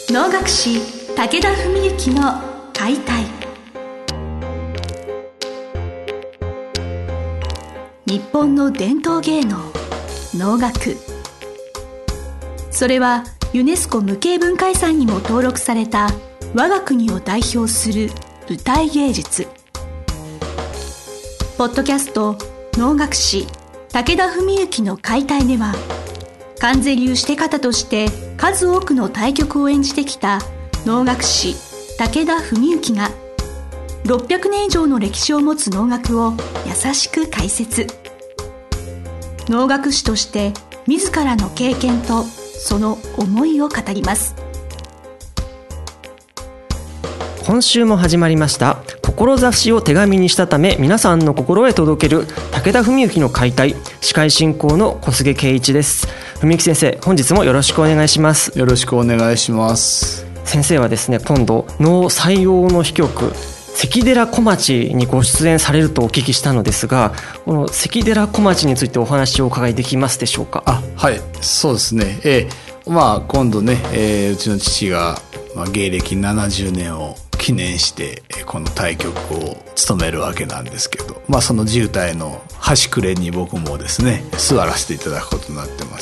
能楽師武田文幸の解体。日本の伝統芸能能楽、それはユネスコ無形文化遺産にも登録された我が国を代表する舞台芸術。ポッドキャスト能楽師武田文幸の解体では、観世流して方として数多くの大曲を演じてきた能楽師武田文幸が600年以上の歴史を持つ能楽を優しく解説。能楽師として自らの経験とその思いを語ります。 今週も始まりました志を手紙にしたため皆さんの心へ届ける武田文幸の解体。司会進行の小菅圭一です。文幸先生、本日もよろしくお願いします。 よろしくお願いします。 先生はですね、今度能斎王の戯曲関寺小町にご出演されるとお聞きしたのですが、この関寺小町についてお話をお伺いできますでしょうか。 はい、そうですね。今度ね、うちの父が、芸歴70年を記念してこの大局を務めるわけなんですけど、その地歌の端くれに僕もですね座らせていただくことになってます。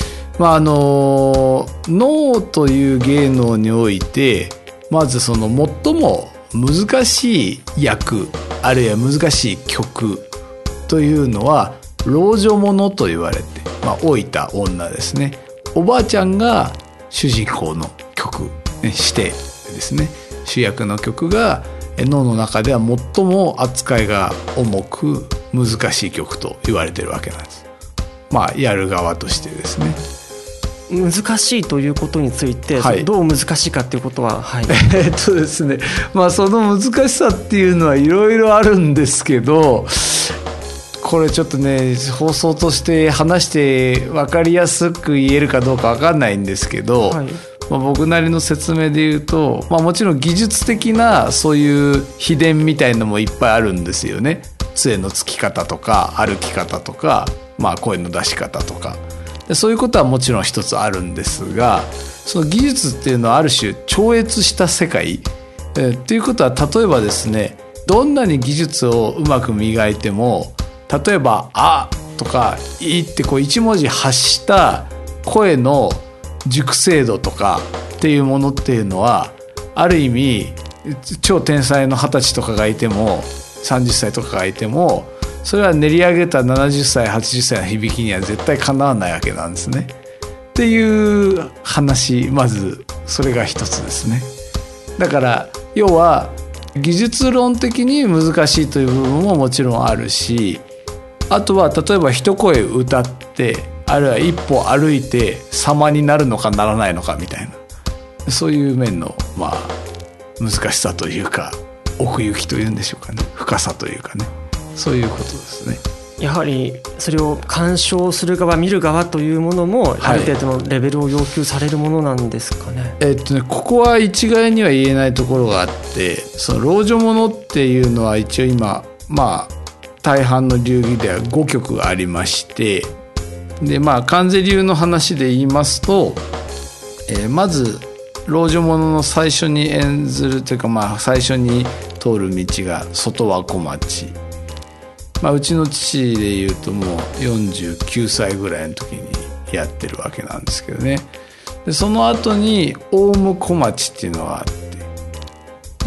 能という芸能において、まずその最も難しい役、あるいは難しい曲というのは老女物と言われて、老いた女ですね。おばあちゃんが主人公の曲、してですね、主役の曲が能の中では最も扱いが重く難しい曲と言われているわけなんです。やる側としてですね。 難しいということについて、どう難しいかということは、 ですね、その難しさっていうのはいろいろあるんですけど、これちょっとね放送として話して分かりやすく言えるかどうか分かんないんですけど、僕なりの説明で言うと、もちろん技術的なそういう秘伝みたいのもいっぱいあるんですよね。杖のつき方とか歩き方とか、声の出し方とか、そういうことはもちろん一つあるんですが、その技術っていうのはある種超越した世界、っていうことは、例えばですね、どんなに技術をうまく磨いても、例えば「あ」とか「い」って一文字発した声の熟成度とかっていうものっていうのは、ある意味超天才の20歳とかがいても30歳とかがいても、それは練り上げた70歳80歳の響きには絶対かなわないわけなんですね。っていう話、まずそれが一つですね。だから要は技術論的に難しいという部分ももちろんあるし、あとは例えば一声歌って、あるいは一歩歩いて様になるのかならないのかみたいな、そういう面の難しさというか、奥行きというんでしょうかね、深さというかね、そういうことですね。 やはりそれを鑑賞する側、見る側というものもある程度のレベルを要求されるものなんですかね。 ここは一概には言えないところがあって、その老女物っていうのは一応今大半の流儀では5曲ありまして、で観世流の話で言いますと、まず老女物の最初に演ずるというか、最初に通る道が外輪小町、うちの父でいうともう49歳ぐらいの時にやってるわけなんですけどね。でその後に大武小町っていうのがあって、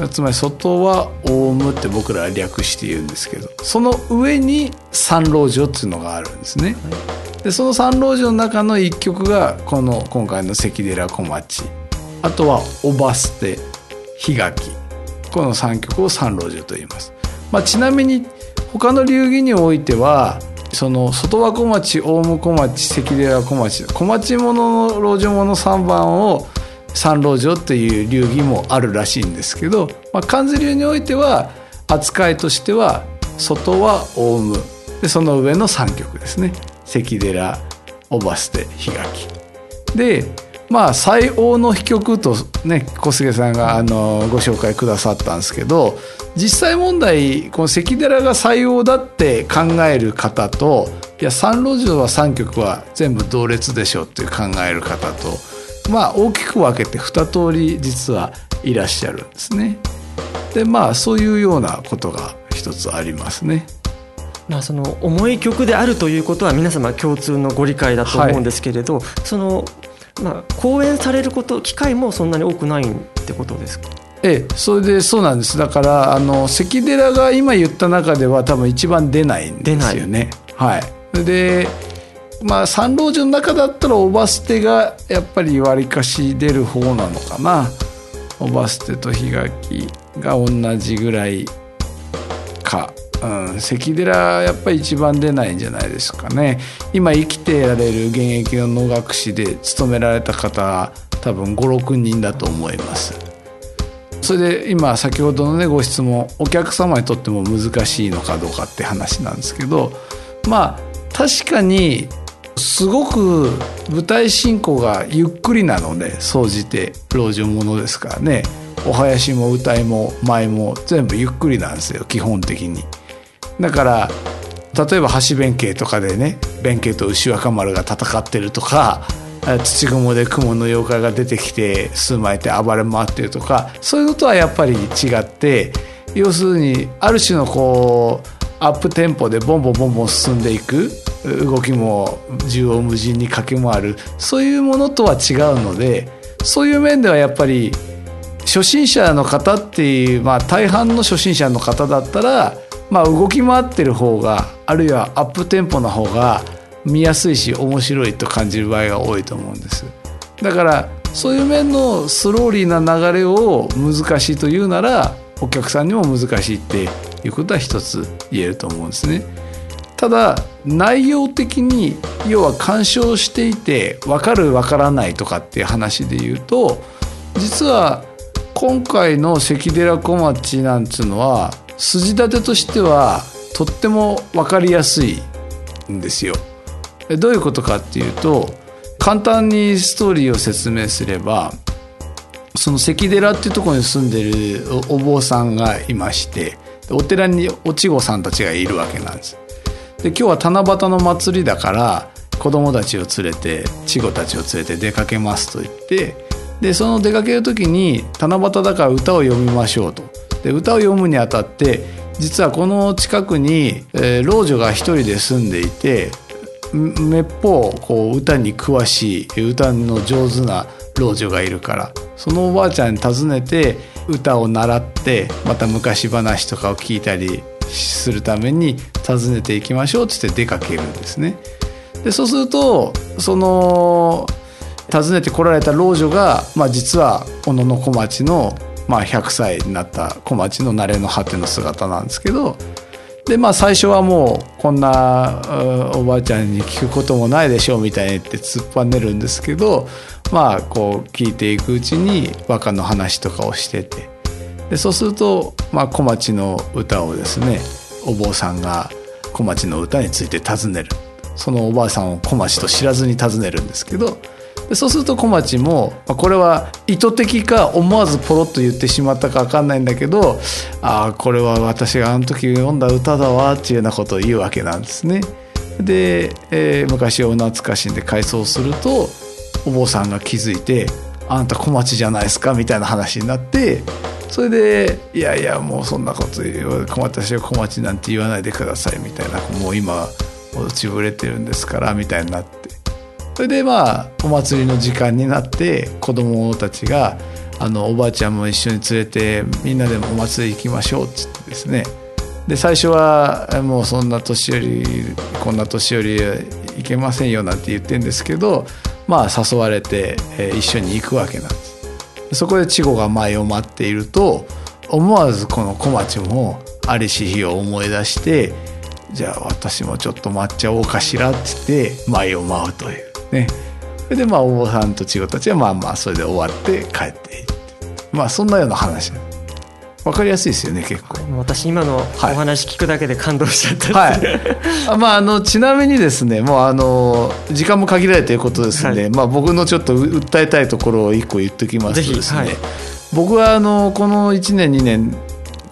つまり外は大武って僕らは略して言うんですけど、その上に三老女っていうのがあるんですね。でその三老女の中の一曲が今回の関寺小町、あとはおば捨て、檜垣、この3曲を三老女と言います。ちなみに他の流儀においては、その外輪小町、大武小町、関寺小町、小町物の老女物3番を三老女っていう流儀もあるらしいんですけど、観世流においては扱いとしては外は大武で、その上の3曲ですね、関寺、おば捨て、檜垣で、斎王の戯曲とね、小菅さんがご紹介くださったんですけど、実際問題この関寺が斎王だって考える方と、いや三老女は3曲は全部同列でしょっていう考える方と、 大きく分けて2通り実はいらっしゃるんですね。でそういうようなことが一つありますね。 その重い曲であるということは皆様共通のご理解だと思うんですけれど、その講演される機会もそんなに多くないってことですか？ それでそうなんです。だから関寺が今言った中では多分一番出ないんですよね。はい。で三老女の中だったらおば捨てがやっぱりわりかし出る方なのかな。おば捨てと檜垣が同じぐらいか。関寺やっぱり一番出ないんじゃないですかね。今生きてられる現役の能楽師で勤められた方多分 5,6 人だと思います。それで今先ほどのねご質問、お客様にとっても難しいのかどうかって話なんですけど、確かにすごく舞台進行がゆっくりなので、総じて老女ものですからね、お囃子も歌いも舞も全部ゆっくりなんですよ、基本的に。だから例えば橋弁慶とかでね、弁慶と牛若丸が戦ってるとか、土雲で雲の妖怪が出てきて数枚いて暴れ回ってるとか、そういうことはやっぱり違って、要するにある種のアップテンポでボンボンボンボン進んでいく動きも縦横無尽に駆け回る、そういうものとは違うので、そういう面ではやっぱり初心者の方っていう、大半の初心者の方だったら、動き回ってる方が、あるいはアップテンポな方が見やすいし面白いと感じる場合が多いと思うんです。だからそういう面のスローリーな流れを難しいというなら、お客さんにも難しいっていうことは一つ言えると思うんですね。ただ内容的に、要は鑑賞していて分かる分からないとかっていう話で言うと、実は今回の関寺小町なんつうのは筋立てとしてはとっても分かりやすいんですよ。どういうことかっていうと、簡単にストーリーを説明すれば、その関寺っていうところに住んでるお坊さんがいまして、お寺にお稚児さんたちがいるわけなんです。で今日は七夕の祭りだから子供たちを連れて、稚児たちを連れて出かけますと言って、でその出かける時に七夕だから歌を読みましょうと。で歌を読むにあたって、実はこの近くに、老女が一人で住んでいて、めっぽう歌に詳しい、歌の上手な老女がいるから、そのおばあちゃんに訪ねて歌を習って、また昔話とかを聞いたりするために訪ねていきましょうって言って出かけるんですね。でそうすると、その訪ねて来られた老女が、実は小野小町の、100歳になった小町の慣れの果ての姿なんですけど、で最初はもうこんなおばあちゃんに聞くこともないでしょうみたいに言って突っぱねるんですけど、聞いていくうちに和歌の話とかをしてて、でそうすると、小町の歌をですね、お坊さんが小町の歌について尋ねる。そのおばあさんを小町と知らずに尋ねるんですけど、でそうすると小町も、これは意図的か思わずポロッと言ってしまったか分かんないんだけど、これは私があの時読んだ歌だわっていうようなことを言うわけなんですね。で、昔を懐かしんで回想すると、お坊さんが気づいて、あんた小町じゃないですかみたいな話になって、それでいやいやもうそんなこと言う、私は小町なんて言わないでくださいみたいな、もう今落ちぶれてるんですからみたいになって、それでお祭りの時間になって子供たちがおばあちゃんも一緒に連れてみんなでお祭り行きましょうって言ってですね、で最初はもうそんな年寄りこんな年寄り行けませんよなんて言ってるんですけど、誘われて一緒に行くわけなんです。そこで稚児が前を待っていると、思わずこの小町もありし日を思い出して、じゃあ私もちょっと待っちゃおうかしらって言って前を舞うというね。それでお坊さんと稚児たちはそれで終わって帰っていって、そんなような話。わかりやすいですよね、結構。 私今のお話聞くだけで感動しちゃったです、 ちなみにですね、もう時間も限られていることですので、僕のちょっと訴えたいところを一個言っておきますとですね、僕はこの1年2年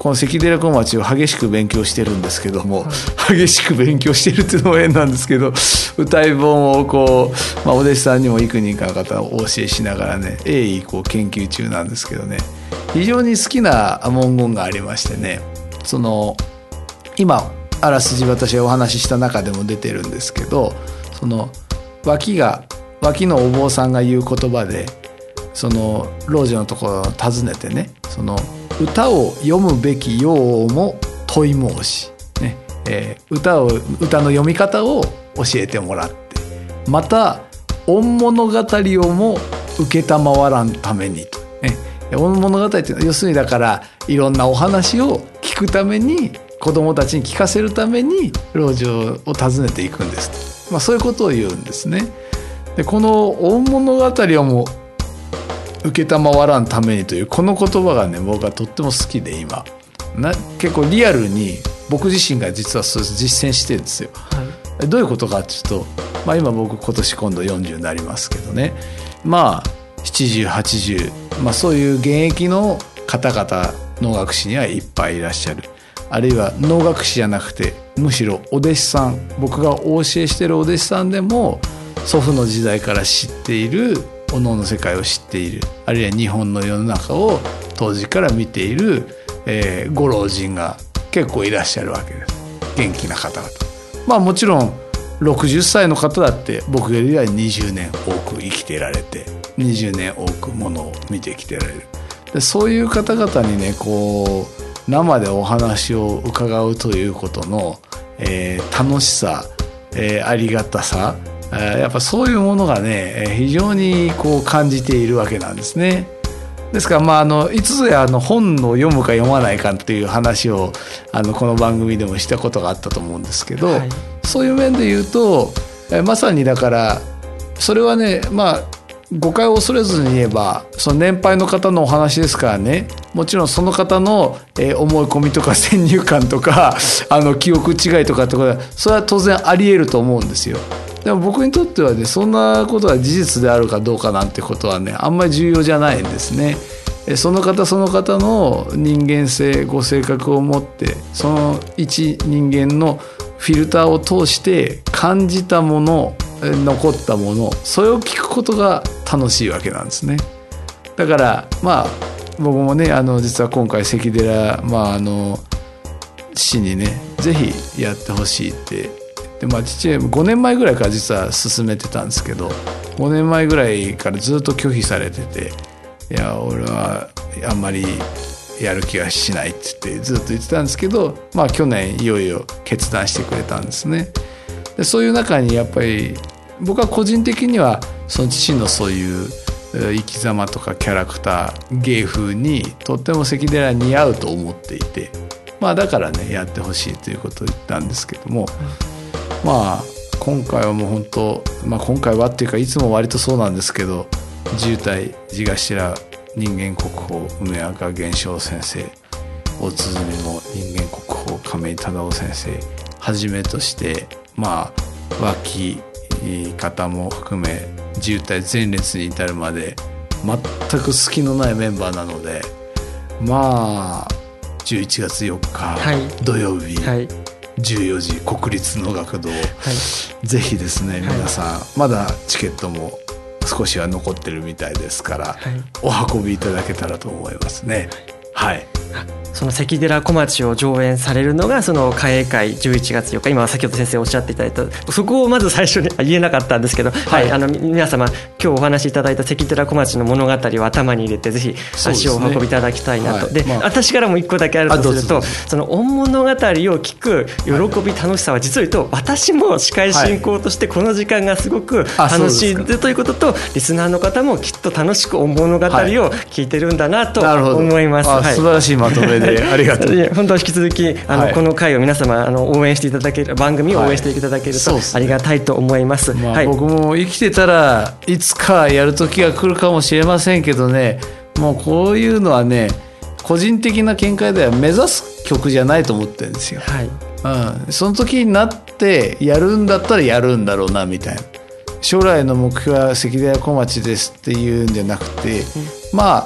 この関寺小町を激しく勉強してるんですけども、激しく勉強してるっていうのも変なんですけど、歌い本をこう、お弟子さんにも幾人かの方をお教えしながらね、鋭意こう研究中なんですけどね、非常に好きな文言がありましてね、その今あらすじ私がお話しした中でも出てるんですけど、その脇のお坊さんが言う言葉で、その老女のところを訪ねてね、その歌を読むべき用をも問い申し、ね歌の読み方を教えてもらって、また御物語をも承らんためにと、ね、御物語っていうのは要するにだからいろんなお話を聞くために、子供たちに聞かせるために老女を訪ねていくんですと、そういうことを言うんですね。でこの御物語をも承らんためにというこの言葉がね、僕はとっても好きで、今結構リアルに僕自身が実はそう実践してるんですよ、はい、どういうことかっていうと、今僕今年今度40になりますけどね、70、80、そういう現役の方々能楽師にはいっぱいいらっしゃる。あるいは能楽師じゃなくてむしろお弟子さん、僕がお教えしてるお弟子さんでも祖父の時代から知っているお能の世界を知っている、あるいは日本の世の中を当時から見ている、ご老人が結構いらっしゃるわけです。元気な方々、もちろん60歳の方だって僕よりは20年多く生きていられて、20年多くものを見てきてられる。でそういう方々にね、こう生でお話を伺うということの、楽しさ、ありがたさ、やっぱそういうものがね、非常にこう感じているわけなんですね。ですからいつぞや本を読むか読まないかっていう話をこの番組でもしたことがあったと思うんですけど、はい、そういう面で言うとまさにだからそれはね、誤解を恐れずに言えば、その年配の方のお話ですからね、もちろんその方の思い込みとか先入観とか記憶違いとかってことはそれは当然あり得ると思うんですよ。でも僕にとってはね、そんなことが事実であるかどうかなんてことはね、あんまり重要じゃないんですね。その方その方の人間性、ご性格を持って、その一人間のフィルターを通して感じたもの、残ったもの、それを聞くことが楽しいわけなんですね。だから僕もね、実は今回関寺師にね、ぜひやってほしいってで、父親も5年前ぐらいから実は進めてたんですけど、5年前ぐらいからずっと拒否されてて、いや俺はあんまりやる気はしないって言ってずっと言ってたんですけど、去年いよいよ決断してくれたんですね。でそういう中にやっぱり僕は個人的にはその父のそういう生き様とかキャラクター、芸風にとっても関寺に似合うと思っていて、だからねやってほしいということを言ったんですけども、今回はもう本当、今回はっていうかいつも割とそうなんですけど、自由体地頭人間国宝梅若玄正先生、大鼓も人間国宝亀井忠夫先生はじめとして、脇方も含め自由体前列に至るまで全く隙のないメンバーなので、11月4日、土曜日、14時国立能楽堂、ぜひですね皆さん、まだチケットも少しは残ってるみたいですから、お運びいただけたらと思いますね。 その関寺小町を上演されるのがその花栄会11月4日、今先ほど先生おっしゃっていただいたそこをまず最初に言えなかったんですけど、皆様今日お話しいただいた関寺小町の物語を頭に入れてぜひ足をお運びいただきたいなと。で、私からも一個だけあるとすると、その御物語を聞く喜び楽しさは実を言うと私も司会進行としてこの時間がすごく楽しいということと、リスナーの方もきっと楽しく御物語を聞いてるんだなと思います。 素晴らしいまとめでありがとう。 本当は引き続きこの回を皆様応援していただける、番組を応援していただけるとありがたいと思います。 僕も生きてたらいつかやる時が来るかもしれませんけどね、もうこういうのはね個人的な見解では目指す曲じゃないと思ってるんですよ。その時になってやるんだったらやるんだろうなみたいな、将来の目標は関寺小町ですっていうんじゃなくて、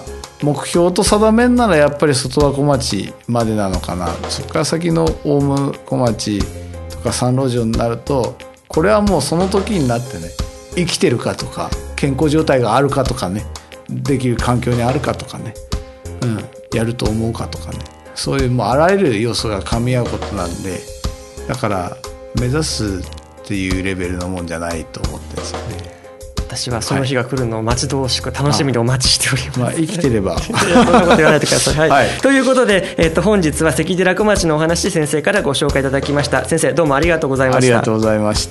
目標と定めんならやっぱり外は小町までなのかな。そこから先の大武小町とか三路城になると、これはもうその時になってね、生きてるかとか健康状態があるかとかね、できる環境にあるかとかね、やると思うかとかね、そういうもうあらゆる要素が噛み合うことなんで、だから目指すっていうレベルのもんじゃないと思ってるんですよね。 私はその日が来るのを待ち遠しく楽しみにお待ちしております。 生きてればそんなこと言わないでください。はい。ということで、本日は関寺小町のお話、先生からご紹介いただきました。先生、どうもありがとうございました。 ありがとうございました。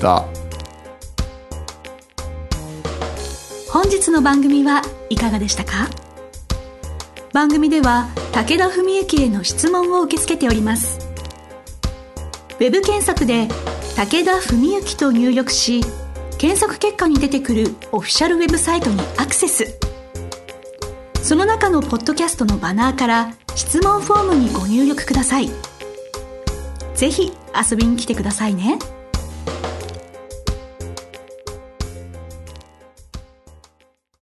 本日の番組はいかがでしたか？番組では武田文幸への質問を受け付けております。ウェブ検索で武田文幸と入力し、検索結果に出てくるオフィシャルウェブサイトにアクセス。その中のポッドキャストのバナーから質問フォームにご入力ください。ぜひ遊びに来てくださいね。